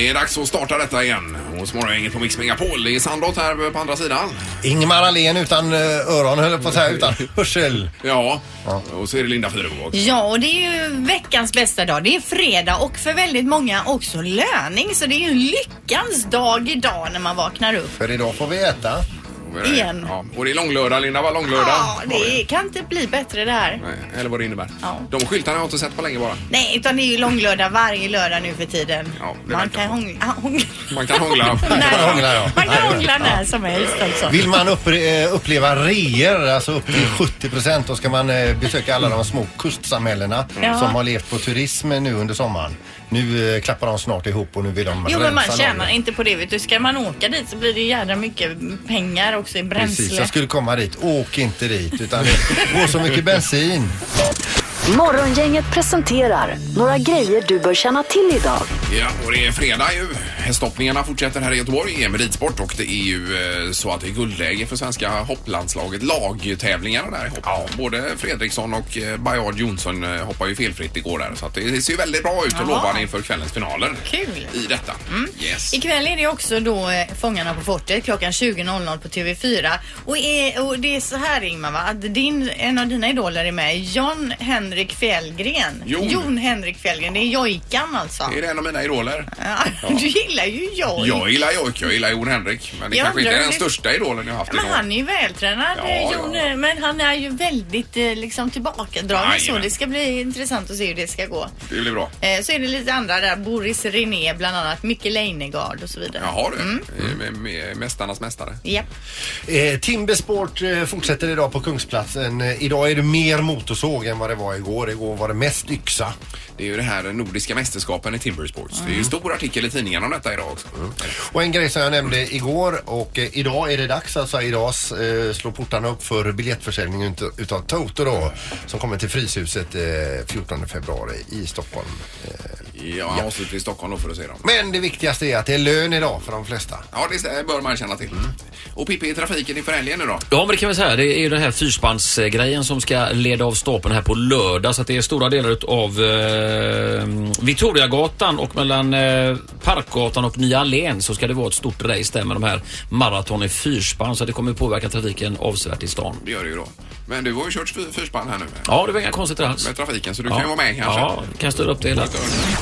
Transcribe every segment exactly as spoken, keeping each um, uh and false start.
Det är dags att starta detta igen. Och morgongänget på Mix Megapol. Det är Sandot här på andra sidan. Ingemar Ahlén utan öron, höll på att säga, utan hörsel. Ja, ja. Och så är det Linda Fyrebo också. Ja, och det är ju veckans bästa dag. Det är fredag och för väldigt många också löning. Så det är ju en lyckans dag idag när man vaknar upp. För idag får vi äta. Igen. Ja. Och det är långlördag, Linda, var långlördag? Ja, det kan inte bli bättre det här. Nej, eller vad det innebär. Ja. De skyltarna har jag inte sett på länge bara. Nej, utan det är ju långlördag varje lördag nu för tiden. Ja, det man, verkar kan hångla, hångla. man kan hångla. Nej, Man kan hångla, ja. man kan hångla när som helst alltså. Vill man upple- uppleva reor, alltså upp till sjuttio procent, då ska man besöka alla de små kustsamhällena Ja. som har levt på turism nu under sommaren. Nu eh, klappar de snart ihop och nu vill de Jo, men man rensa tjänar lagen. inte på det, vet du. Ska man åka dit så blir det jävla mycket pengar också i bränsle. Precis, jag skulle komma dit. Åk inte dit, utan det går så mycket bensin. Morgongänget presenterar några grejer du bör känna till idag. Ja, och det är fredag ju. Hästhoppningarna fortsätter här i Göteborg. Är med ridsport och det är ju eh, så att det är guldläge för svenska hopplandslaget. Lagtävlingarna där i hopp. Ja. Både Fredriksson och eh, Bayard Jonsson eh, hoppar ju felfritt igår där. Så att det ser ju väldigt bra ut och lovar inför kvällens finaler. Kul. I detta. Mm. Yes. Ikväll är det också då eh, Fångarna på fortet klockan tjugo på T V fyra. Och, är, och det är så här, Ingmar, va? Att din, en av dina idoler är med. John Henrik Fjällgren. Jon. Jon Henrik Fjällgren. Det är Jojkan alltså. Det är en av mina idoler. Ja, du gillar ju Joj. Jag gillar Jojk, jag gillar Jon Henrik. Men det Jag kanske inte är undrar den hur- största idolen jag har haft. Men idag. han är ju vältränad, Ja, eh, Jon, ja. men han är ju väldigt eh, liksom tillbakadragen. Aj, Så men. det ska bli intressant att se hur det ska gå. Det blir bra. Eh, så är det lite andra där, Boris René bland annat, Micke Leijnegard och så vidare. Jaha du, Mm. med, med Mästarnas mästare. Ja. Eh, Timbersport eh, fortsätter idag på Kungsplatsen. Eh, idag är det mer motorsåg än vad det var igår. Igår var det mest yxa. Det är ju det här nordiska mästerskapen i Timbersports. Det är ju stor artikel i tidningarna om detta idag också. Mm. Och en grej som jag nämnde igår, och eh, idag är det dags, alltså idag eh, slår portarna upp för biljettförsäljning utav, utav Toto då, som kommer till Fryshuset eh, fjortonde februari i Stockholm. Eh, Ja, jag måste till Stockholm då för att se dem. men det viktigaste är att det är lön idag för de flesta. Ja, det bör man känna till. Mm. Och Pippi, i trafiken inför helgen nu då? Ja, men det kan vi säga. Det är ju den här fyrspannsgrejen som ska leda av stapeln här på lördag. Så att det är stora delar av eh, Victoriagatan och mellan eh, Parkgatan och Nya Allén så ska det vara ett stort race där med de här maraton i fyrspann. Så det kommer påverka trafiken avsevärt i stan. Det gör det ju då. Men du har ju kört fyr- fyrspann här nu med, Ja, det var inga konstigt alls. med trafiken, så du Ja. kan ju vara med kanske. Ja, kan styra upp det hela.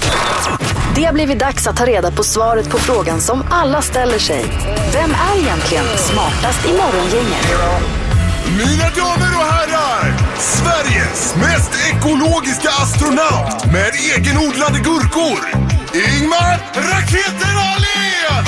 Det har blivit dags att ta reda på svaret på frågan som alla ställer sig. Vem är egentligen smartast i morgongänget? Mina damer och herrar, Sveriges mest ekologiska astronaut med egenodlade gurkor, Ingmar Raketen Ahlén!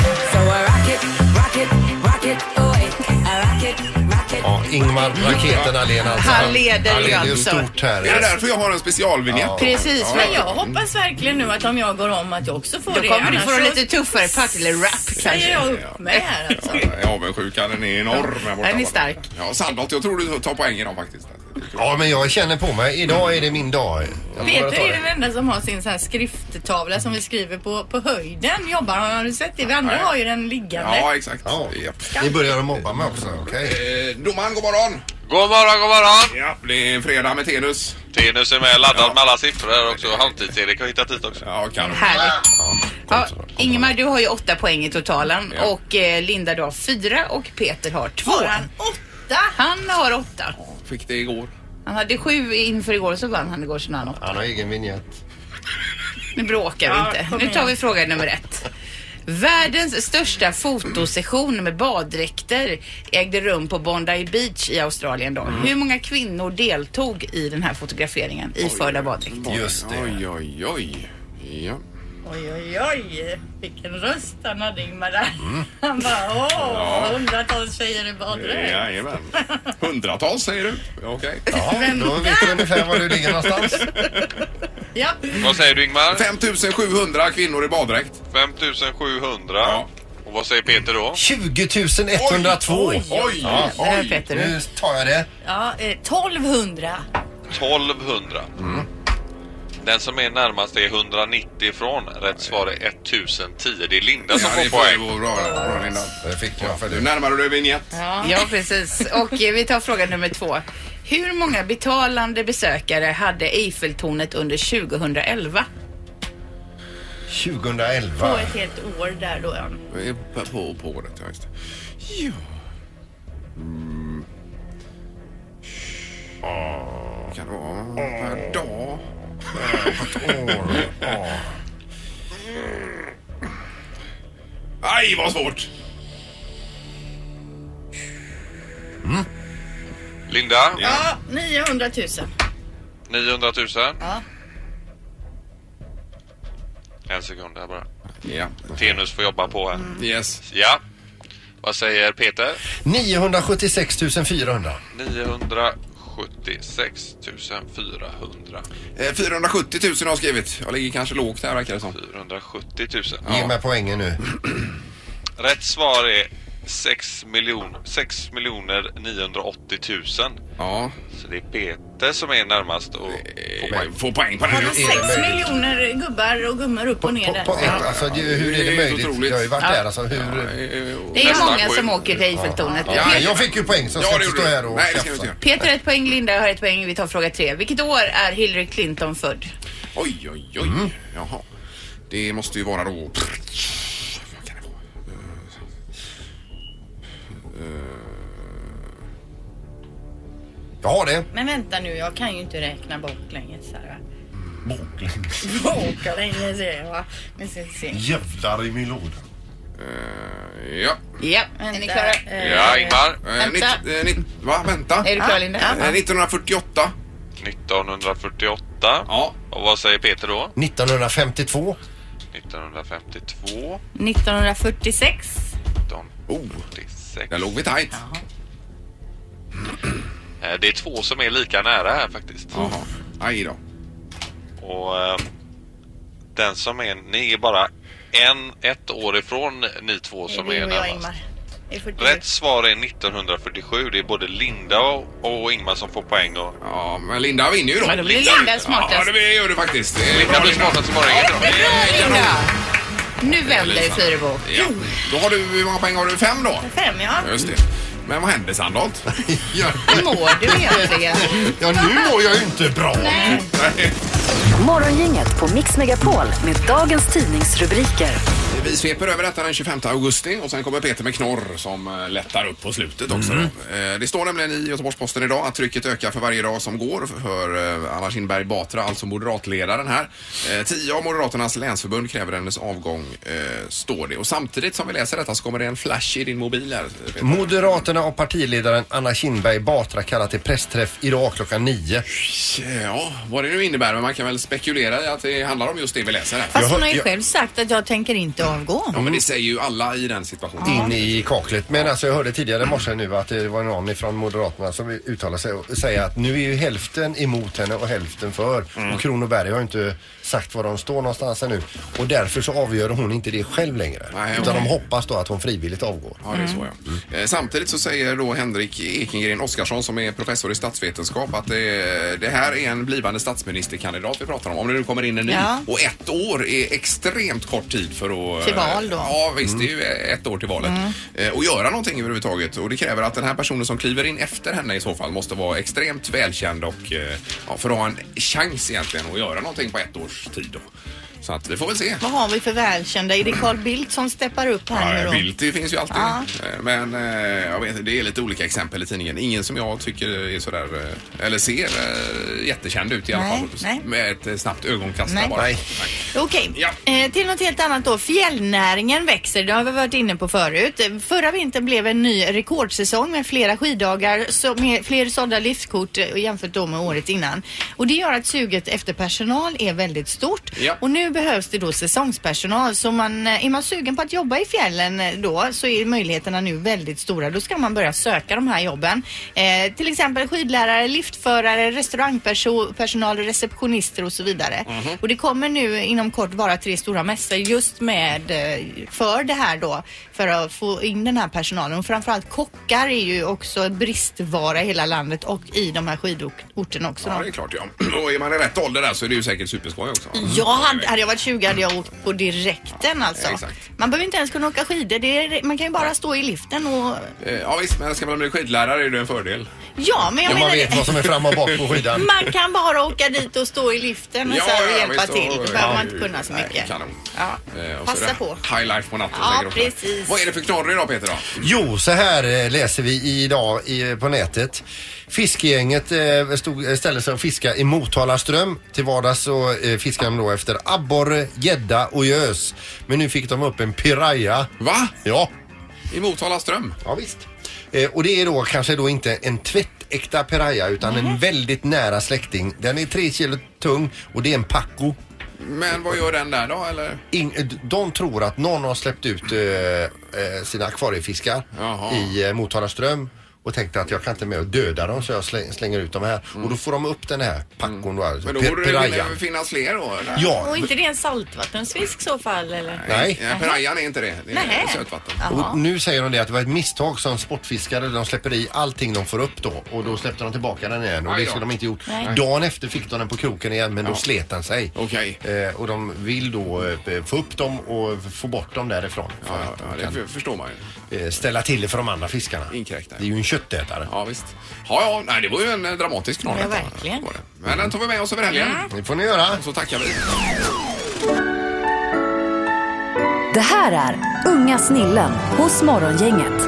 Ja, Ingmar Raketen Ahlén alltså. Han leder Han ju leder ju alltså. stort här. Det är därför jag har en specialvinjett. Ja. Precis, Ja, men ja. jag hoppas verkligen nu att om jag går om att jag också får Då det. kommer du Annars få så lite tuffare part eller rap säger kanske. jag upp med här alltså. Ja, avundsjukan, den är enorm här borta. Den är stark. Ja, Sandholt, jag tror du tar poäng idag faktiskt. Ja, men jag känner på mig. Idag är det min dag. Jag får bara Peter ta är det. den enda som har sin så här skrifttavla som vi skriver på, på höjden. Jobbar han, har du sett det? Vi andra Nej. har ju den liggande. Ja, exakt. Ja. Japp. Ni börjar att mobba mig också, okej? Eh, domaren, god morgon. God morgon, god morgon! Ja, det är fredag med Tenus. Tenus är med laddad Ja. med alla siffror här också. Halvtids-Erik har hittat hit också. Ja, kan. Härligt. Ja, Ingemar, du har ju åtta poäng i totalen. Ja. Och eh, Linda, du har fyra och Peter har två. Har han åtta? Han har åtta. Fick det igår. Han hade sju inför igår, så vann han igår, så han åtta. Han har egen vignett. Nu bråkar Ja, vi inte. kom Nu tar igen. vi fråga nummer ett. Världens största fotosession med baddräkter ägde rum på Bondi Beach i Australien då. Hur många kvinnor deltog i den här fotograferingen i förda baddräkter? Just det. Oj, oj, oj. Ja. Oj, oj, oj. Vilken röst han hade, Ingmar där. Han bara, åh, hundratals tjejer i baddräkt. Jajamän. Hundratals säger du? Okej. Ja, då vet du ungefär var du ligger någonstans. Ja. Vad säger du, Ingmar? fem tusen sjuhundra kvinnor i baddräkt. fem tusen sjuhundra. Ja. Och vad säger Peter då? tjugo tusen etthundratvå. Oj, oj, Oj, Ja. Det här är oj. Peter. Nu tar jag det. Ja, eh, tolvhundra. tolvhundra. Mm. Den som är närmast är hundranittio ifrån. Rätt svar är ettusentio. Det är Linda som Ja, det får får poäng. ju bra, bra, Linda. Det fick jag för Du det. närmar dig vignett. Ja, precis. Och eh, vi tar fråga nummer två. Hur många betalande besökare hade Eiffeltornet under tjugohundraelva? tjugoelva. På ett helt år där då, ja. På, på, på året, ja, just det. Ja. Mm. Oh. Kan det vara per dag? Per år? Oh. Aj, vad svårt! Mm. Linda? Ja, niohundratusen. niohundratusen? Ja. En sekund här bara. Ja. Tenus får jobba på här. Mm. Yes. Ja. Vad säger Peter? niohundrasjuttiosex tusen fyrahundra. niohundrasjuttiosex tusen fyrahundra. Eh, fyrahundrasjuttio tusen har jag skrivit. Jag ligger kanske lågt här, verkar det som. fyrahundrasjuttio tusen. Ge mig poängen nu. Rätt svar är sex miljoner niohundraåttio tusen. Ja. Så det är Peter som är närmast och får poäng. Få poäng på det. Har du sex miljoner gubbar och gummor upp och ner På, där? på ett, alltså, det, hur är det möjligt? otroligt. Jag har ju varit Ja. där. Alltså, hur... Det är ju Nästan många sju. som åker till Eiffeltornet. Ja, jag fick ju poäng så Ja, ska det inte stå gjorde här du. och Nej, det ska vi tjafsa. inte göra. Peter har ett poäng, Linda har ett poäng. Vi tar fråga tre. Vilket år är Hillary Clinton född? Oj, oj, oj. Mm. Jaha. Det måste ju vara då... Vad kan det vara? Jag har det. Men vänta nu, jag kan ju inte räkna baklänges här, va? Baklänges. Baklänges är jag, va? Men ska vi se. Jävlar i min låda. Uh, ja. Ja, Vänta, är ni klara? eh, Ja, Ingmar. Uh, Vänta. nitt, uh, nitt, va? Vänta. Är du klar, Ja, Linda? ja. Uh, nittonhundrafyrtioåtta. nittonhundrafyrtioåtta. Ja. Och vad säger Peter då? nittonhundrafemtiotvå. nittonhundrafemtiotvå. nittonhundrafyrtiosex. Oh, nittonhundrafyrtiosex. där låg vi tajt. Eh, Det är två som är lika nära här faktiskt. Jaha. Aj då. Och eh, den som är, ni är bara en, ett år ifrån ni två som Det är är och jag, närmast. Ingmar. Det är fyrtiosju. Rätt svar är nittonhundrafyrtiosju. Det är både Linda och, och Ingmar som får poäng. Och Ja, men Linda vinner ju då. Ja, då blir Linda smartast. Ja, det gör du faktiskt. Det är Linda bra, blir smartast i morgon. Bra, Linda! Nu vänder det, Fyrebo. Ja. Då har du, hur många poäng har du? Fem då? Fem, ja. Just det. Men vad hände, Sandholt? Ja. Hur mår du egentligen? Ja, nu mår jag ju inte bra. Nej. Morgongänget på Mix Megapol med dagens tidningsrubriker. Vi sveper över detta den tjugofemte augusti och sen kommer Peter med knorr som eh, lättar upp på slutet också. Mm. Då. Eh, Det står nämligen i Göteborgs-Posten idag att trycket ökar för varje dag som går för eh, Anna Kinberg Batra, alltså moderatledaren här. Eh, Tio av Moderaternas länsförbund kräver hennes avgång, eh, står det. Och samtidigt som vi läser detta så kommer det en flash i din mobil här, Peter. Moderaterna och partiledaren Anna Kinberg Batra kallar till pressträff idag klockan nio. Ja, vad det nu innebär, men man kan väl spekulera i att det handlar om just det vi läser här. Fast hon har ju Jag- själv sagt att jag tänker inte avgå. Ja, men det säger ju alla i den situationen. In i kaklet. Men alltså jag hörde tidigare i morse nu att det var någon från Moderaterna som uttalade sig och säger att nu är ju hälften emot henne och hälften för. Mm. Och Kronoberg har ju inte sagt var de står någonstans ännu. Och därför så avgör hon inte det själv längre. Nej, utan okej. de hoppas då att hon frivilligt avgår. Ja, det är så ja. Eh, Samtidigt så säger då Henrik Ekengren Oskarsson som är professor i statsvetenskap att det, det här är en blivande statsministerkandidat vi pratar om. Om det nu kommer in en ny. Ja. Och ett år är extremt kort tid för att... Till val då. Ja, visst. Det är ju ett år till valet. Eh, Och göra någonting överhuvudtaget. Och det kräver att den här personen som kliver in efter henne i så fall måste vara extremt välkänd och eh, ja, för att ha en chans egentligen att göra någonting på ett års tid då. Så att vi får väl se. Vad har vi för välkända? Är det Carl Bildt som steppar upp här nu Ja, då? Bildt, det finns ju alltid. Ja. Eh, Men eh, jag vet, det är lite olika exempel i tidningen. Ingen som jag tycker är sådär, eh, eller ser eh, jättekänd ut i alla Nej, fall. nej. Med ett eh, snabbt ögonkast Nej. där bara. Nej. Okej, Ja. eh, till något helt annat då. Fjällnäringen växer, det har vi varit inne på förut. Förra vintern blev en ny rekordsäsong med flera skiddagar, så med fler sålda liftkort eh, jämfört då med året innan. Och det gör att suget efter personal är väldigt stort. Ja. Och nu behövs det då säsongspersonal. Så man, eh, är man sugen på att jobba i fjällen eh, då så är möjligheterna nu väldigt stora. Då ska man börja söka de här jobben. Eh, till exempel skidlärare, liftförare, restaurangpersonal, receptionister och så vidare. Mhm. Och det kommer nu inom kort vara tre stora mässor just med eh, för det här då, för att få in den här personalen. Och framförallt kockar är ju också bristvara i hela landet och i de här skidorterna också. Ja, då. det är klart ja. Och är man i rätt ålder där så är det ju säkert superskoj också. Jag hade, hade hade jag varit tjugo hade jag åkt på direkten alltså. Ja, exakt. Man behöver inte ens kunna åka skidor. Det är, man kan ju bara stå i liften och... Eh, Ja visst, men ska man bli skidlärare är det en fördel. Ja, men jag Ja, menar man vet det. vad som är fram och bak på skidan. Man kan bara åka dit och stå i liften och, Ja, så här och ja, hjälpa visst, till. och- Då behöver ja, man inte kunna så nej, mycket. kanon. Ja. Eh, och så Passa är det på. High life på natten. Ja, säger de. precis. Vad är det för knorr idag Peter då? Jo, så här eh, läser vi idag i, på nätet. Fiskegänget eh, stod, ställde sig och fiska i Motalaström. Till vardags så eh, fiskade de då efter abborre, gädda och gös. Men nu fick de upp en piraya. Va? Ja, I Motala ström? ja visst. Eh, och det är då kanske då inte en tvättäkta piraya utan en väldigt nära släkting. Den är tre kilo tung och det är en packo. Men vad gör den där då eller? In, de tror att någon har släppt ut eh, eh, sina akvariefiskar Jaha. i eh, Motalaström och tänkte att jag kan inte med att döda dem så jag släng, slänger ut dem här. Och då får de upp den här packon då, alltså, Men då pir- borde det pirayan. finna- finnas fler då? Eller? Ja, Och inte det är en saltvattensfisk i så fall eller? nej. Ja, pirayan är inte det. Det är Nähä. sötvatten. Jaha. Och nu säger de det att det var ett misstag som sportfiskare. De släpper i allting de får upp då. Och då släppte de tillbaka den igen. Och Aj det då. skulle de inte gjort. Nej. Dagen efter fick de den på kroken igen men då Ja. slet den sig. Okej. Eh, och de vill då eh, få upp dem och få bort dem därifrån. För Ja, att ja, de ja, kan det förstår man ju. eh, ställa till det för de andra fiskarna. Inkräkta. Det är ju en köttätare. Ja, visst. Ja, ja, nej, det var ju en eh, dramatisk knorr. Ja, detta. verkligen. Var det. Men den tar vi med oss över helgen. Det får ni göra. Så tackar vi. Det här är Unga snillen hos Morgongänget.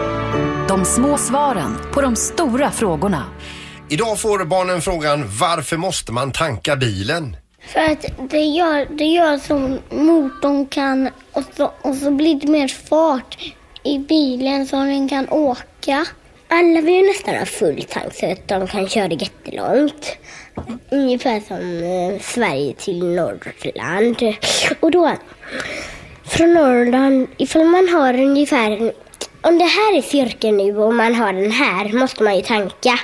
De små svaren på de stora frågorna. Idag får barnen frågan: varför måste man tanka bilen? För att det gör, det gör som motorn kan och så, och så blir det mer fart i bilen så den kan åka. Alla vill ju nästan ha full tank så att de kan köra jättelångt. Ungefär som eh, Sverige till Norrland. Och då, från Norrland, ifall man har ungefär, om det här är cirkeln nu och man har den här, måste man ju tanka.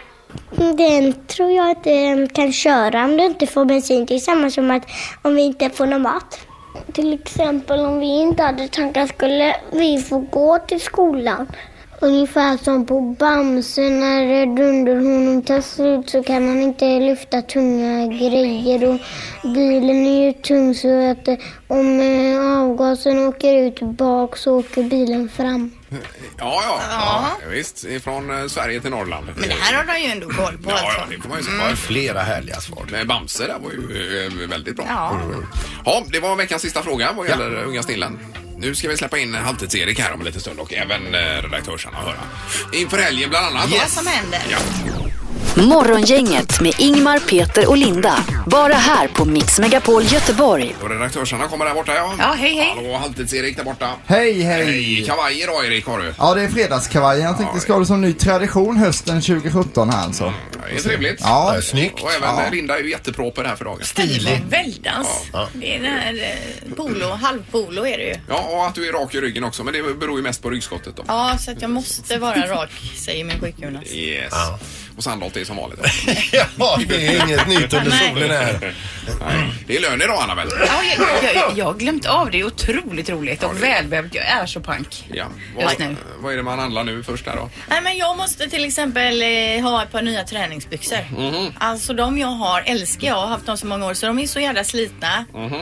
Den tror jag att den kan köra om du inte får bensin. Det är samma som att om vi inte får någon mat. Till exempel om vi inte hade tankat skulle vi få gå till skolan. Ungefär som på Bamse när dunderhornen tar slut så kan man inte lyfta tunga grejer. Och bilen är ju tung så att om avgasen åker ut bak så åker bilen fram. Ja, ja, ja. Visst. Från eh, Sverige till Norrland. Men det här har de ju ändå koll på Ja, alltså. ja, det får man ju Det säga. var flera härliga svar. Men Bamse där var ju eh, väldigt bra. Ja. Ja, det var veckans sista fråga vad gäller ja. Unga snillen. Nu ska vi släppa in Halvtids-Erik här om en liten stund och även eh, redaktörsarna höra. Inför helgen bland annat. Vad som händer. Ja. Morgongänget med Ingmar, Peter och Linda. Bara här på Mix Megapol Göteborg. Och redaktörsarna kommer där borta, ja. Ja, hej, hej. Hallå, Halvtids-Erik där borta. Hej, hej! Hej, kavaj idag Erik har du. Ja, det är fredagskavajen. Jag tänkte Ja, det ska vara som ny tradition hösten tjugo sjutton här alltså. Det är trevligt. Ja, Ja, snyggt. Och även Ja. Linda är ju jätteproper här för dagen. Stilig. Väldans. Det är den här eh, polo, halvpolo är det ju. Ja, och att du är rak i ryggen också, men det beror ju mest på ryggskottet då. Ja, så att jag måste vara rak, säger min sjukgymnast. Yes. Ja. Och sandalt är som vanligt. Ja, det är inget nytt under solen här. Nej. Det är lön idag, Anna väl? Ja, jag, jag, jag har glömt av det. Det är otroligt roligt och välbehövligt. Jag är så pank. Ja. Just Vad, nu. vad är det man handlar nu först där då? Nej, men jag måste till exempel eh, ha ett par nya träningsbyxor. Mhm. Alltså de jag har älskar jag. Jag har haft dem så många år så de är så jävla slitna. Mhm.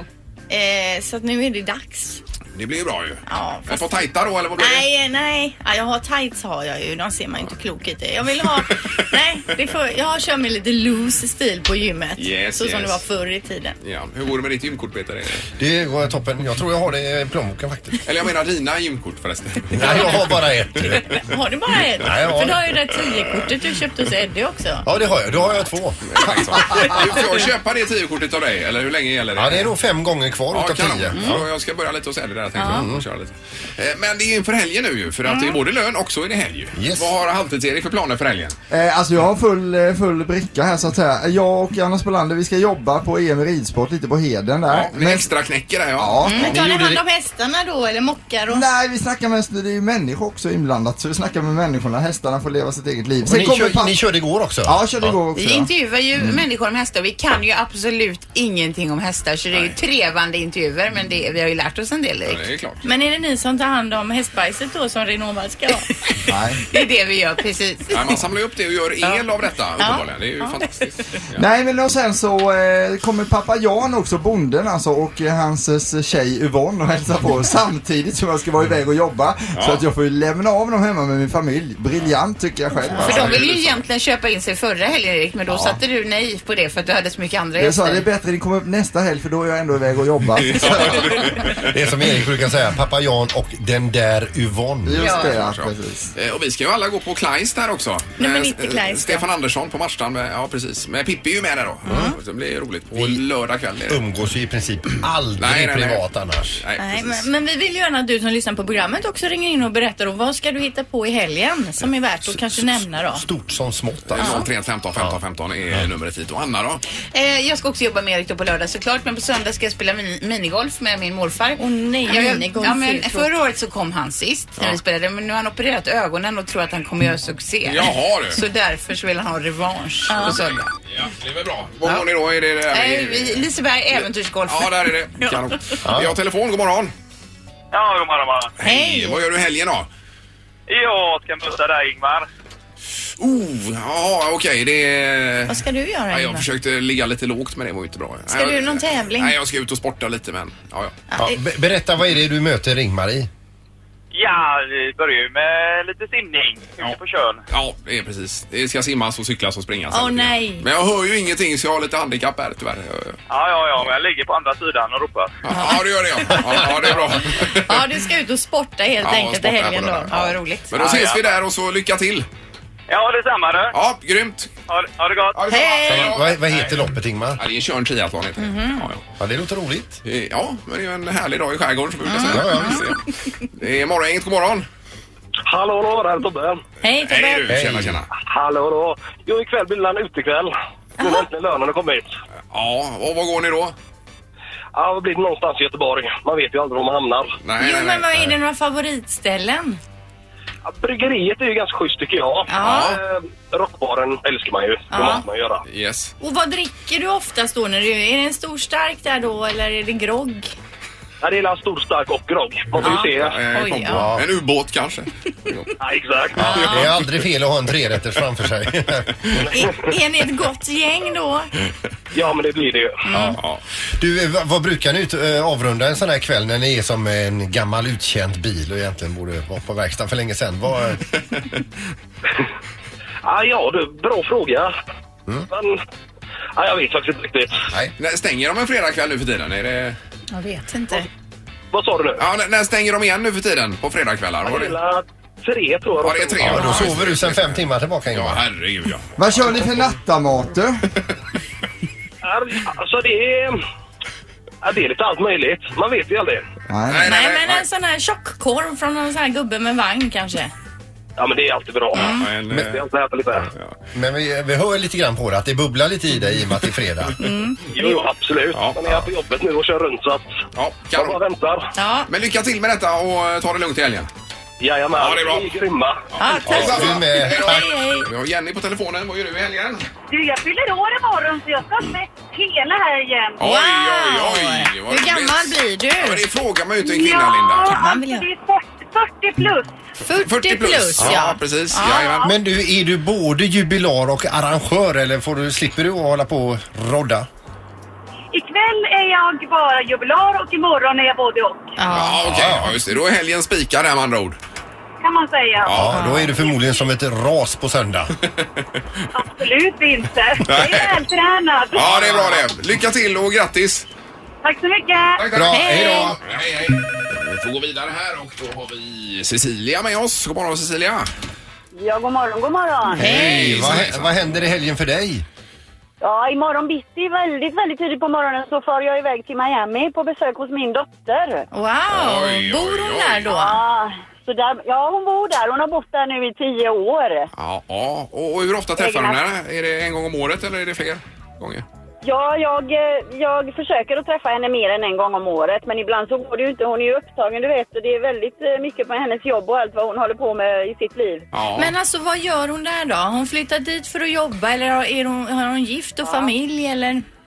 Eh, så att nu är det dags. Det blir ju bra ju. Ja, Men på tajta då, eller vad blir det? Nej, nej. Ja, jag har tights har jag ju. De ser man ju inte klok ut i. Jag vill ha... nej, det får, jag kör med lite loose stil på gymmet. Yes, så som yes. det var förr i tiden. Ja. Hur går det med ditt gymkort, Peter? Det går toppen. Jag tror jag har det i plånboken faktiskt. Eller jag menar dina gymkort förresten. Nej, jag har bara ett. Har du bara ett? Nej, jag har För du det. har ju det tio-kortet du köpte hos Eddie också. Ja, det har jag. Då har jag två. Du får jag köpa det tio-kortet av dig, eller hur länge gäller det? Ja, det är nog fem gånger kvar Ja, utav kanon. tio. Ja. Jag ska börja lite och sälja det där, tänkte jag. Köra lite. Eh, Men det är inför helgen nu ju, för att det är både lön och så är det helg ju. Yes. Vad har Halvtids-Erik för planer för helgen? eh, alltså jag har full, eh, full bricka här så att säga. Jag och Anna Spolander, vi ska jobba på E M i ridsport lite på Heden där. Ja, med extra knäcker där, ja. Ja. Men tar ni gjorde hand det- om hästarna då, eller mockar och... Nej, vi snackar mest, det är ju människor också inblandat. Så vi snackar med människorna, hästarna får leva sitt eget liv. Men ni, kommer kör, pa- ni körde igår också? Ja, jag körde igår också. Vi Ja. intervjuar ju människor om hästar. Vi kan ju absolut ingenting om hästar så det är ju trevande intervjuer men det, vi har ju lärt oss en del Ja, det är klart. Men är det ni som tar hand om hästbajset då som Renova ska ha? Nej. Det är det vi gör, precis. Ja, man samlar upp det och gör el ja. av detta uppenbarligen. Det är ju ja. fantastiskt. Ja. Nej, men och sen så eh, kommer pappa Jan också, bonden alltså, och eh, hans eh, tjej Yvonne och hälsa på samtidigt som jag ska vara iväg och jobba. Ja. Så att jag får ju lämna av dem hemma med min familj. Briljant tycker jag själv. För de ville ju egentligen köpa in sig förra helgen, Erik, men då ja. satte du nej på det för att du hade så mycket andra gäster. Jag sa, det är bättre att ni kommer upp nästa helg för då är jag ändå iväg och jobba. Det är som Erik brukar säga, pappa Jan och den där Yvonne. Just ja. det, ja, precis. Och vi ska ju alla gå på Kleist där också. Nummer nittio Kleist. Stefan Andersson på Marstan. Med, ja, precis. Men Pippi är ju med där då. Mm. Det blir roligt. På vi lördag kväll. Umgås ju i princip aldrig nej, nej, privat nej. annars. Nej, nej men, men vi vill ju gärna att du som lyssnar på programmet också ringer in och berättar om vad ska du hitta på i helgen som är värt att S- kanske nämna då. Stort som smått. Alltså. noll tre femton femton femton är ja. numret hit. Och Anna då? Eh, jag ska också jobba med Erik då på lördag såklart, men på söndag ska jag spela min- minigolf med min morfar. Åh nej, jag, minigolf. Ja, men förra året så kom han sist när ja. vi spelade, men nu har han opererat ögonen och tror att han kommer göra succé. Jaha du. Så därför så vill han ha revansch ja. på söndag. Ja, det är väl bra. Vad har ni då? Är det det där med... eh, Liseberg äventyrsgolf. Ja, där är det. Kanon. Ja. Vi har telefon, god morgon. Ja, god morgon, morgon. Hej, vad gör du helgen då? Jag ska möta dig, Ingmar. Oh, ja okej, okay, det... Vad ska du göra, Ingmar? Ja, jag försökte ligga lite lågt, men det var ju inte bra. Ska jag, du någon tävling? Nej, jag ska ut och sporta lite, men... Ja, ja. Ja, be- berätta, vad är det du möter Ingmar i? Ja, vi börjar ju med lite simning ja. på kön. Ja, det är precis. Det ska simmas och cyklas och springas. Åh oh, nej. Men jag hör ju ingenting så jag har lite handikapp här tyvärr. Ja, ja, ja, men jag ligger på andra sidan och ropar. Ja, ja det gör det ja. Ja, ja, det är bra. Ja, du ska ut och sporta helt ja, enkelt i helgen då. Ja, vad roligt. Men då ja, ses ja. vi där och så lycka till. Ja, detsamma du. Ja, grymt. Ha, ha det gott. Ja, det hej! Ja, vad, vad heter loppet, Ingmar? Ja, det är Tjörn triathlon heter det. Mm-hmm. Ja, ja. Ja, det låter roligt. Ja, men det är ju en härlig dag i skärgården som vi brukar säga. Ja, ja. Det är morgon, god morgon. Hallå, hallå, det här är Tobbe. Hej, Tobbe. Hej du, tjena, tjena. Hallå, hallå. Jo, ikväll blir det en utekväll. Nu har inte lönen kommit. Ja, och vad går ni då? Ja, det blir någonstans i Göteborg. Man vet ju aldrig var man hamnar. Nej, jo, nej, men vad nej. är det några favoritställen? Ja, bryggeriet är ju ganska schysst tycker jag. Ja. Eh, rockbaren älskar man ju. Ja. Det måste man göra. Yes. Och vad dricker du oftast då? När du, är det en stor stark där då eller är det grogg? Ja, det är en stor, stark och grogg. Man får ju Ja. se. Eh, Oj, kom på. ja. En ubåt kanske. Ja, exakt. Ja, det är aldrig fel att ha en trerätters framför sig. är, är ni ett gott gäng då? Ja, men det blir det ju. Ja. Ja. Du, vad, vad brukar ni ut, äh, avrunda en sån här kväll när ni är som en gammal utkänt bil och egentligen borde vara på verkstaden för länge sedan? Vad... ah, ja, du, bra fråga. Mm. Men, ah, jag vet faktiskt inte riktigt. Nej. När stänger de en fredagkväll nu för tiden? Är det... Jag vet inte. Vad sa du nu? Ja, när, när stänger de igen nu för tiden på fredagkvällar? Ja, Var det... hela tre tror jag. Ja, det är tre. Ja, då sover du sen fem timmar tillbaka. Ja, herregud ja. Vad kör ni för nattamater? Alltså det är... Ja, det är lite allt möjligt. Man vet ju aldrig. Nej, Nej, nej, men en sån här tjockkorv från någon sån här gubbe med vagn kanske. Ja, men det är alltid bra. Mm. Men, men, det är alltid äta lite. Ja. Men vi, vi hör lite grann på det, att det bubblar lite i dig i och med att det är fredag. Mm. Jo, jo, absolut. Ja. Man är här på jobbet nu och kör runt så att Ja, man bara väntar. Ja. Men lycka till med detta och ta det lugnt i helgen. Jajamän, Ja, det är bra. Ni är grymma. Ja, tack. Ja, du är med. Hej då. Hej, hej. Vi har Jenny på telefonen. Vad gör du i helgen? Du, jag fyller år imorgon så jag ska med hela här igen. Oj, oj, oj. Vad Hur gammal roligt. blir du? Ja, men det frågar man ju inte en kvinna, Linda. Ja, Man vill alltså, göra. det är fyrtio plus. fyrtio plus, Ja, ja. precis. Ja. Jajamän. Men du, är du både jubilar och arrangör eller får du, slipper du att hålla på och rodda? Ikväll är jag bara jubilar och imorgon är jag både och. Ja, okej. Ja, just det. Då är helgen spikad här med andra ord. Kan man säga. Ja, då är du förmodligen som ett ras på söndag. Absolut inte. Jag är vältränad. Ja, det är bra det. Lycka till och grattis. Tack så mycket. Tack, tack. Bra, Hej. hej då! Hej, hej. Vi får gå vidare här och då har vi Cecilia med oss. God morgon, Cecilia. Ja, god morgon, god morgon. Hej! Vad, vad händer i helgen för dig? Ja, imorgon bitti väldigt, väldigt tidigt på morgonen så far jag iväg till Miami på besök hos min dotter. Wow, Oj, oj, bor hon oj. där då? Ja, så där, ja, hon bor där. Hon har bott där nu i tio år. Ja, ja. Och, och hur ofta träffar hon henne? Är det en gång om året eller är det fler gånger? Ja, jag, jag försöker att träffa henne mer än en gång om året. Men ibland så går det ju inte. Hon är ju upptagen, du vet. Och det är väldigt mycket med hennes jobb och allt vad hon håller på med i sitt liv. Ja. Men alltså, vad gör hon där då? Har hon flyttat dit för att jobba eller är hon, har hon gift och Ja. familj eller?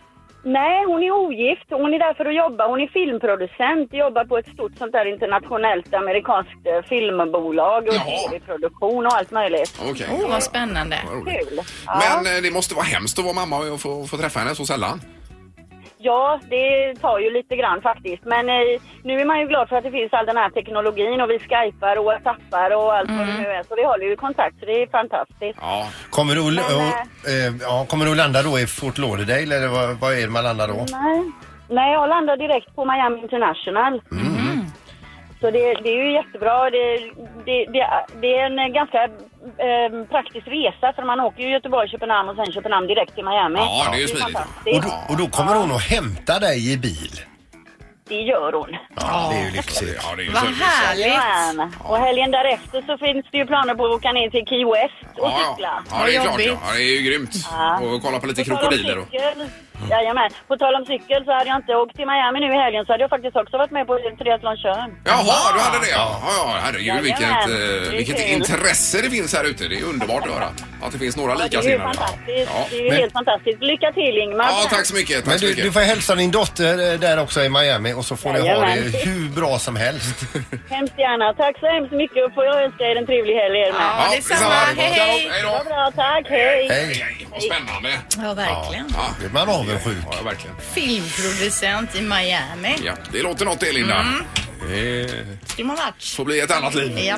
Nej, hon är ogift. Hon är där för att jobba. Hon är filmproducent. Jobbar på ett stort sånt där internationellt amerikanskt eh, filmbolag och tv-produktion och allt möjligt. Okej. Åh, vad spännande. Kul. Ja. Men eh, det måste vara hemskt att vara mamma och få, få träffa henne så sällan. Ja, det tar ju lite grann faktiskt. Men eh, nu är man ju glad för att det finns all den här teknologin och vi skypar och whatsappar och allt vad det nu är. Så vi håller ju kontakt, så det är fantastiskt. Ja. Kommer du, Men, äh, ja, kommer du landa då i Fort Lauderdale eller vad, vad är det man landar då? Nej. Nej, jag landar direkt på Miami International. Mm. Så det, det är ju jättebra. Det, det, det, det är en ganska eh, praktisk resa för man åker ju Göteborg, Köpenhamn och sen Köpenhamn direkt till Miami. Ja, det är ju smidigt. Och då, och då kommer hon att hämta dig i bil? Det gör hon. Ja, det är ju lyxigt. Ja, det är ju Vad service. härligt! Ja. Och helgen därefter så finns det ju planer på att åka ner till Key West och Ja, cykla. ja, det är klart. Ja. Ja, det är ju grymt. Ja. Och kolla på lite På tal om krokodiler. Då. cykel, jajamän. På tal om cykel så hade jag inte åkt till Miami nu i helgen så hade jag faktiskt också varit med på triathlon-körn. Jaha, du hade det. Ja, ja, herregud, vilket, Jajamän. eh, Det är vilket kul. intresse det finns här ute. Det är underbart att höra. Att det finns några Ja, det är ju likasinnade. fantastiskt. Ja. Det är ju Men- helt fantastiskt. Lycka till Ingmar. Ja, tack så mycket. Tack Men så du, mycket. du får hälsa din dotter eh, där också i Miami och så får ni ha Jajamän. det hur bra som helst. Hemskt gärna. Tack så hemskt mycket och får jag önska er en trevlig helg er med. Ja, detsamma. Hej, hej. Hej Ha då. bra, tack. Hej. Hej. Vad spännande. Ja, verkligen. Ja, Blir man avundsjuk? ja, verkligen. Filmproducent i Miami. Ja, det låter något, Elinda. Mm. Det Skulle man varit. får bli ett annat liv. Ja.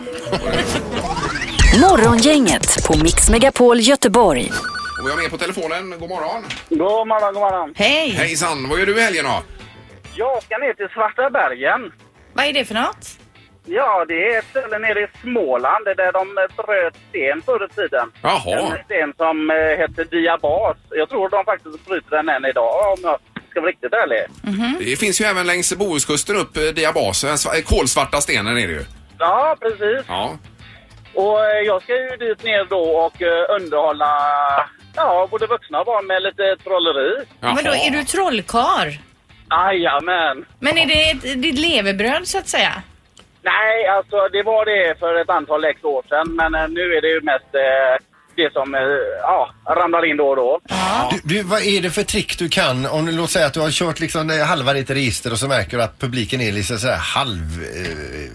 Morgongänget på Mix Megapol Göteborg. Och vi har med på telefonen. God morgon. God morgon, god morgon. Hej. Hejsan, vad gör du i helgen då? Jag ska ner till Svarta bergen. Vad är det för något? Ja, det är ett ställe nere i Småland där de bröt sten förr i tiden. Jaha. En sten som eh, hette diabas. Jag tror de faktiskt bryter den än idag om jag ska vara riktigt ärlig. Det finns ju även längs Bohuskusten upp eh, diabasen. sva- Kolsvarta stenen är det ju. Ja, precis. Ja. Och eh, jag ska ju dit ner då och eh, underhålla ja, både vuxna och barn med lite trolleri. Jaha. Men då är du trollkar? Jajamän. Men är det ett, ditt levebröd så att säga? Nej, alltså det var det för ett antal X år sedan. Men eh, nu är det ju mest eh, det som eh, ja, ramlar in då och då. Du, du, vad är det för trick du kan? Om du låt säga att du har kört liksom eh, halva ditt register och så märker du att publiken är liksom så här halv eh,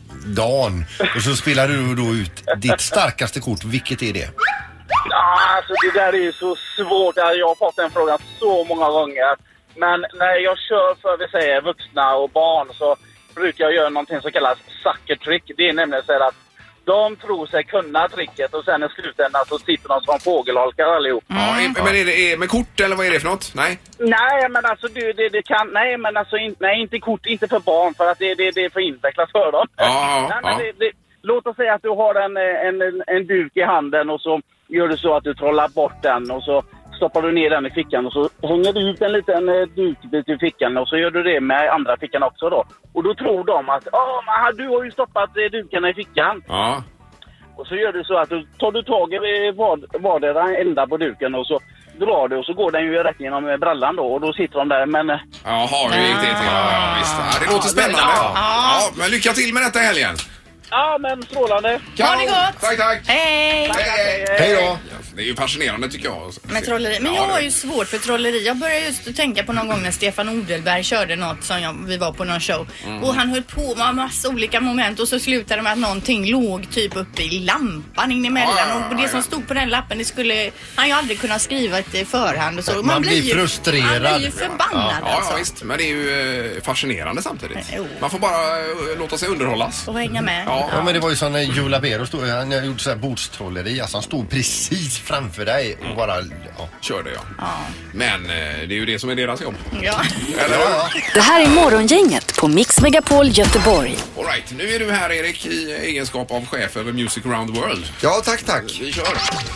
dan och så spelar du då ut ditt starkaste kort. Vilket är det? Ja, alltså det där är ju så svårt. Jag har fått den frågan så många gånger. Men när jag kör för, vi säger, vuxna och barn så brukar jag göra någonting som kallas sucker trick. Det är nämligen så här att de tror sig kunna tricket och sen i slutändan så sitter de som fågelholkar allihop. Ja, är- men är det är med kort eller vad är det för något? Nej. Nej, men alltså du, det, det kan, nej men alltså in, nej, inte kort, inte för barn för att det, det, det är för invecklat för dem. Ja, ja, nej, men ja. det, det, låt oss säga att du har en, en, en duk i handen och så gör du så att du trollar bort den och så stoppar du ner den i fickan och så hänger du ut en liten eh, dukbit i fickan och så gör du det med andra fickan också då. Och då tror de att åh, men du har ju stoppat eh, dukarna i fickan. Ja. Och så gör du så att du tar du tag i vad, vardera ända på duken och så drar du och så går den ju rätt genom brallan då och då sitter de där men... Jaha, det gick det till. Ja, ja, visst. Ja, det låter spännande. Ja. Ja, men lycka till med detta i helgen. Ja, men strålande. Ha det gott! Tack, tack. Hej! Hej, hej. Hej då! Det är ju fascinerande tycker jag. Med trolleri. Men Ja, jag det- har ju svårt för trolleri. Jag började just att tänka på någon gång när Stefan Odelberg körde något som jag, vi var på någon show. Mm. Och han höll på med massa olika moment och så slutade det med att någonting låg typ uppe i lampan in emellan. Ja, ja, ja, och det ja. som stod på den lappen, det skulle han ju aldrig kunna skriva i förhand. Och så. Man blir ju, frustrerad. Man blir ju förbannad Ja, alltså. ja, visst. Men det är ju eh, fascinerande samtidigt. Jo. Man får bara eh, låta sig underhållas. Och hänga med. Ja. Ja, men det var ju så när Joe Labero stod, han gjorde så här bordstrolleri, alltså han stod precis framför dig och bara, ja. Kör det, ja. Ja. Men eh, det är ju det som är deras jobb. Ja. Eller hur? Det här är Morgongänget på Mix Megapol Göteborg. All right. Nu är du här, Erik, i egenskap av chef över Music Around the World. Ja, tack, tack. Vi kör.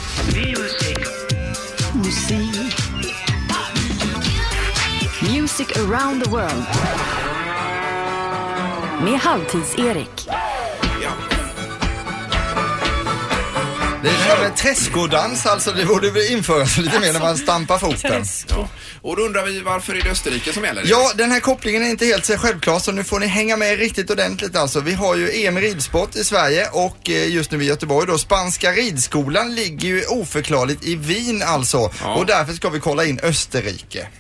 Music around the world. Med Halvtids-Erik. Ja. Det är det här med träskodans, alltså det borde vi införas lite mer när man stampar foten. Ja. Och då undrar vi varför är det Österrike som gäller? Ja, den här kopplingen är inte helt så självklar så nu får ni hänga med riktigt ordentligt alltså. Vi har ju E M i ridsport i Sverige och eh, just nu i Göteborg då. Spanska ridskolan ligger ju oförklarligt i Wien alltså. Ja. Och därför ska vi kolla in Österrike.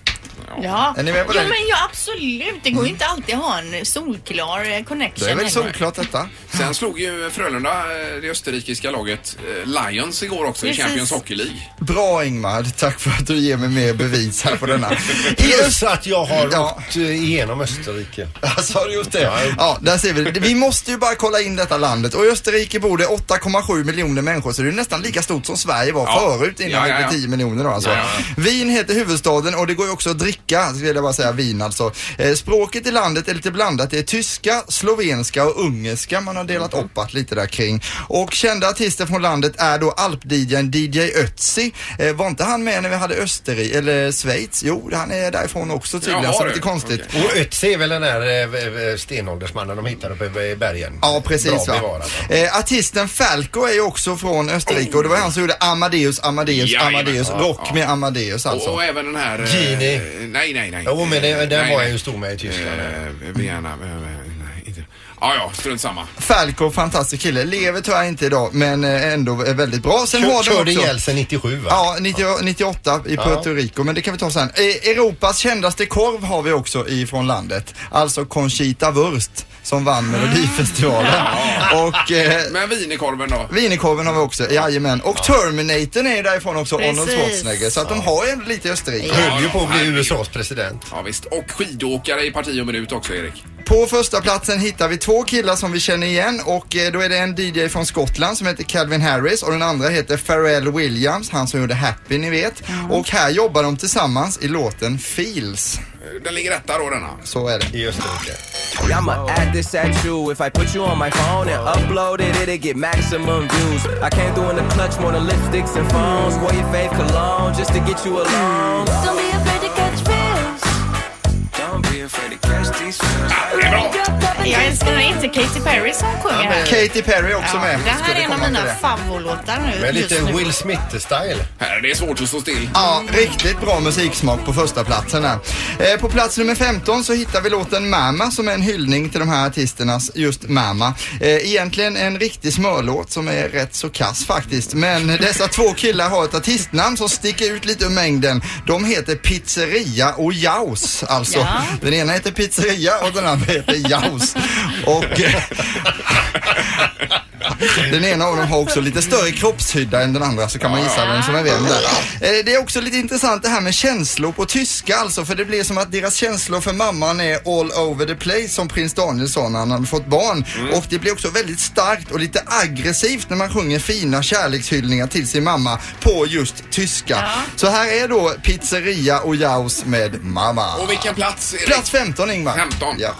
Ja, Är ni med på jo, det? men ja, absolut. Det går ju inte alltid att ha en solklar connection. Det är väl heller. solklart detta. Sen slog ju Frölunda eh, det österrikiska laget eh, Lions igår också Precis. i Champions Hockey League. Bra Ingmar, tack för att du ger mig mer bevis här på denna. Plus att jag har Ja. åkt eh, igenom Österrike. Alltså har du gjort det? Ja, där ser vi det. Vi måste ju bara kolla in detta landet. Och i Österrike bor det åtta komma sju miljoner människor, så det är nästan lika stort som Sverige var Ja. förut innan Ja, vi ja, blev ja. tio miljoner då alltså. Ja, ja. Wien heter huvudstaden och det går ju också att dricka, så vill jag bara säga vin alltså. Eh, språket i landet är lite blandat. Det är tyska, slovenska och ungerska man har delat upp att lite där kring. Och kända artister från landet är då alp-D J:n D J Ötzi. Eh, var inte han med när vi hade Österrike eller Schweiz? Jo, han är därifrån också tydligen, Jaha, så du. lite konstigt. Okej. Och Ötzi är väl den där eh, stenåldersmannen de hittade uppe i bergen. Ja, precis Bra va. bevarad. Eh, artisten Falco är ju också från Österrike och det var han som gjorde Amadeus, Amadeus, Jajamän. Amadeus, Ja, rock ja. med Amadeus alltså. Och, och även den här... eh, Genie. Nej, nej, nej. Jo, men det, den Nej, var nej. jag ju stor med i Tyskland. Eh, Vienna, eh, nej, inte. Ja, ja, strunt samma. Falco, fantastisk kille, lever tyvärr inte idag men eh, ändå är väldigt bra. Sen har Kör, de körde också... ihjäl sig nittiosju va? Ja, nittio, nittioåtta i Puerto Rico, men det kan vi ta sen. Eh, Europas kändaste korv har vi också ifrån landet, alltså Conchita Wurst som vann Melodifestivalen. Och eh, Men wienerkorven då? wienerkorven har vi också, jajamän. Och Terminatorn är därifrån också, Arnold Precis. Schwarzenegger, så att de har ju ändå lite i Österrike. Höll ju på att bli herregud. U S A:s president. Ja, visst. Och skidåkare i parti och minut också, Erik. På första platsen hittar vi två killar som vi känner igen och eh, då är det en D J från Skottland som heter Calvin Harris och den andra heter Pharrell Williams, han som gjorde Happy ni vet. Och här jobbar de tillsammans i låten Feels. Den ligger rätta då, denna. Så är det. I Österrike. I'ma add this at you. If I put you on my phone and upload it, it'll get maximum views. I came through in the clutch more than lipsticks and phones. Wore your fave cologne just to get you alone. Don't be afraid to catch feels. Don't be afraid to catch these feels. Det är bra. Jag älskar den, inte Katy Perry som sjunger här. Katy Perry också Ja, med. det här Skulle är en av komma till mina det. favoritlåtar nu. Med just lite nu. Will Smith-style. Här är det svårt att stå still. Ja, riktigt bra musiksmak på första platsen här. Eh, på plats nummer femton så hittar vi låten Mama som är en hyllning till de här artisternas just Mama. Eh, egentligen en riktig smörlåt som är rätt så kass faktiskt. Men dessa två killar har ett artistnamn som sticker ut lite ur mängden. De heter Pizzeria och Jaus. Alltså, Ja. den ena heter Pizzeria och den andra heter Jaus. Och eh, den ena av dem har också lite större kroppshydda än den andra, så kan man gissa vem som är vem där. Eh, Det är också lite intressant det här med känslor på tyska alltså, för det blir som att deras känslor för mamman är all over the place som prins Daniel sa när han hade fått barn. Och det blir också väldigt starkt och lite aggressivt när man sjunger fina kärlekshyllningar till sin mamma på just tyska. Så här är då Pizzeria och Jaus med Mamma. Och vilken plats, Erik? Plats femton, Ingmar. femton. Ja.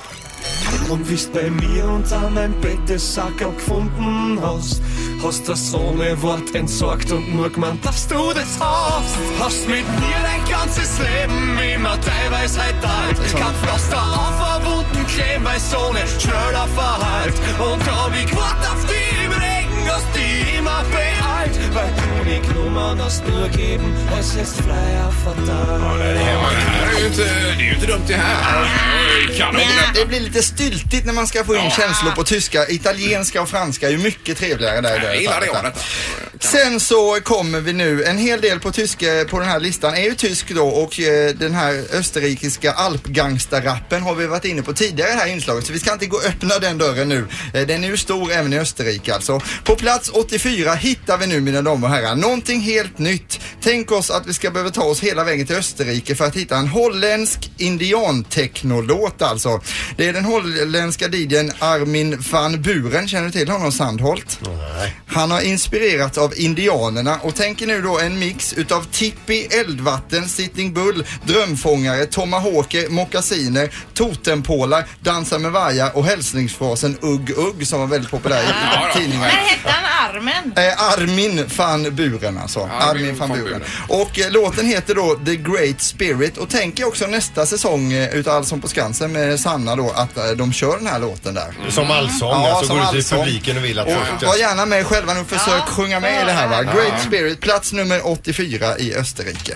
Und wie's bei mir unter mein Bettesackerl gefunden hast, hast das ohne Wort entsorgt und nur gemeint, dass du das hast. Hast mit mir dein ganzes Leben immer deine Weisheit teilt. Ich kann Pflaster auf einen Wunden kleben, weil so nicht schneller verheilt. Und hab ich gewartet auf die im Regen, hast die immer beeilt. Weil du nicht Nummern hast nur geben, es ist Flyer verteilt. Ja, det här är ju inte, det är ju inte dumt det här. Kanon. Men det blir lite styltigt när man ska få in känslor på tyska. Italienska och franska är ju mycket trevligare där. Jag gillar det, detta. Sen så kommer vi nu, en hel del på tyska på den här listan är ju tysk då, och eh, den här österrikiska alpgangsterrappen har vi varit inne på tidigare i det här inslaget, så vi ska inte gå och öppna den dörren nu. Eh, den är ju stor även i Österrike alltså. På plats åttiofyra hittar vi nu, mina damer och herrar, någonting helt nytt. Tänk oss att vi ska behöva ta oss hela vägen till Österrike för att hitta en holländsk indiantechnolåt alltså. Det är den holländska D J:n Armin van Buren, känner du till honom, Sandholt? Nej. Han har inspirerats av indianerna och tänker nu då en mix utav Tippi, Eldvatten, Sitting Bull, Drömfångare, Tomahawker, Mockasiner, Totempålar, Dansa med vargar och hälsningsfrasen Ugg Ugg som var väldigt populär i tidningen. Men hette han Armen? Eh, Armin van Buren alltså. Armin Armin van van Buren. Buren. Och eh, låten heter då The Great Spirit och tänker också nästa säsong eh, utav Allsång på Skansen med Sanna då att eh, de kör den här låten där. Som allsång, Ja, alltså som går ut till allsång. publiken och vill att Och folk var gärna med själva nu, försök Ja. sjunga med i det här va. Ja. Great Spirit, plats nummer åttiofyra i Österrike.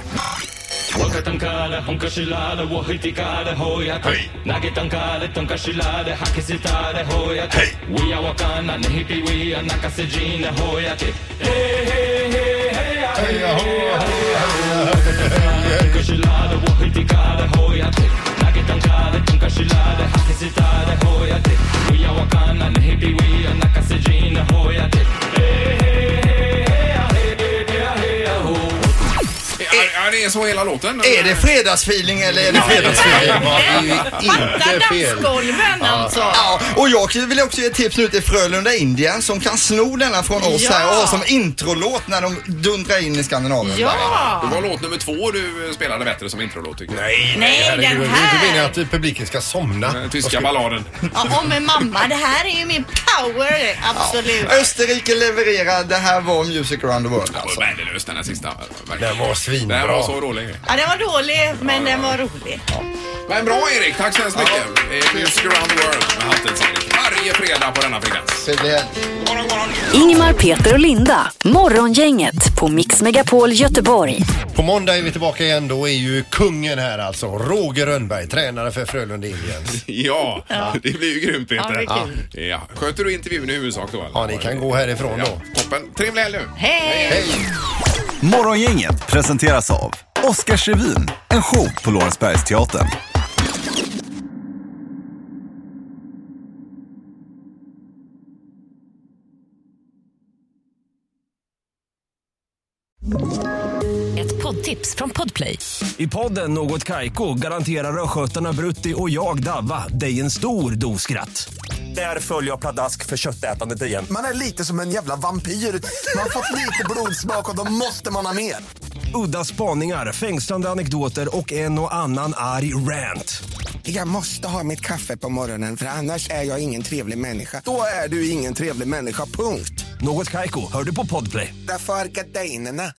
でほやで投げたんかでとんかしらで吐きしたでほやでうやわかんなね日々ウィア泣かせじんでほやで Ja, det är så hela låten. Är det fredagsfeeling eller är det fredagsfeeling? Det är inte fel. Dansgolven alltså. Ja, och jag vill också ge tips nu till Frölunda Indien som kan sno denna från oss Ja. här och ha som introlåt när de dundrar in i Skandinavien. Ja. Det var låt nummer två du spelade bättre som introlåt tycker jag. Nej, Nej, herregud, den det är inte här. meningen att publiken ska somna. Den tyska balladen. Ja, och med mamma, det här är ju min power, absolut. Österrike levererar, det här var Music around the world Det alltså. var värdelös den här sista. Den var svinbra. Den var så rolig. Ja, den var dålig, men den var rolig. Men bra Erik, tack så hemskt mycket. Det är Music around the world med Halvtids-Erik. Varje fredag på denna frekvens. Morgon, morgon. Ingemar, Peter och Linda. Morgongänget på Mix Megapol Göteborg. På måndag är vi tillbaka igen. Då är ju kungen här alltså. Roger Rönnberg, tränare för Frölunda Indiens. Ja, det blir ju grymt Peter. Ja, det är kul. Ja. Sköter du intervjun i huvudsak då? Eller? Ja, ni kan gå härifrån då. Ja, toppen. Trevlig helg nu. Hej! Hej! Morgongänget presenteras av Oscarsrevyn, en show på Lorensbergsteatern. Ett poddtips från Podplay. I podden Något Kaiko garanterar östgötarna Brutti och jag Davva dig en stor dos skratt. Där följer jag pladask för köttätandet igen. Man är lite som en jävla vampyr. Man har fått lite blodsmak och då måste man ha mer. Udda spaningar, fängslande anekdoter och en och annan arg rant. Jag måste ha mitt kaffe på morgonen för annars är jag ingen trevlig människa. Då är du ingen trevlig människa, punkt. Något Kaiko, hör du på Podplay. Därför är gardinerna.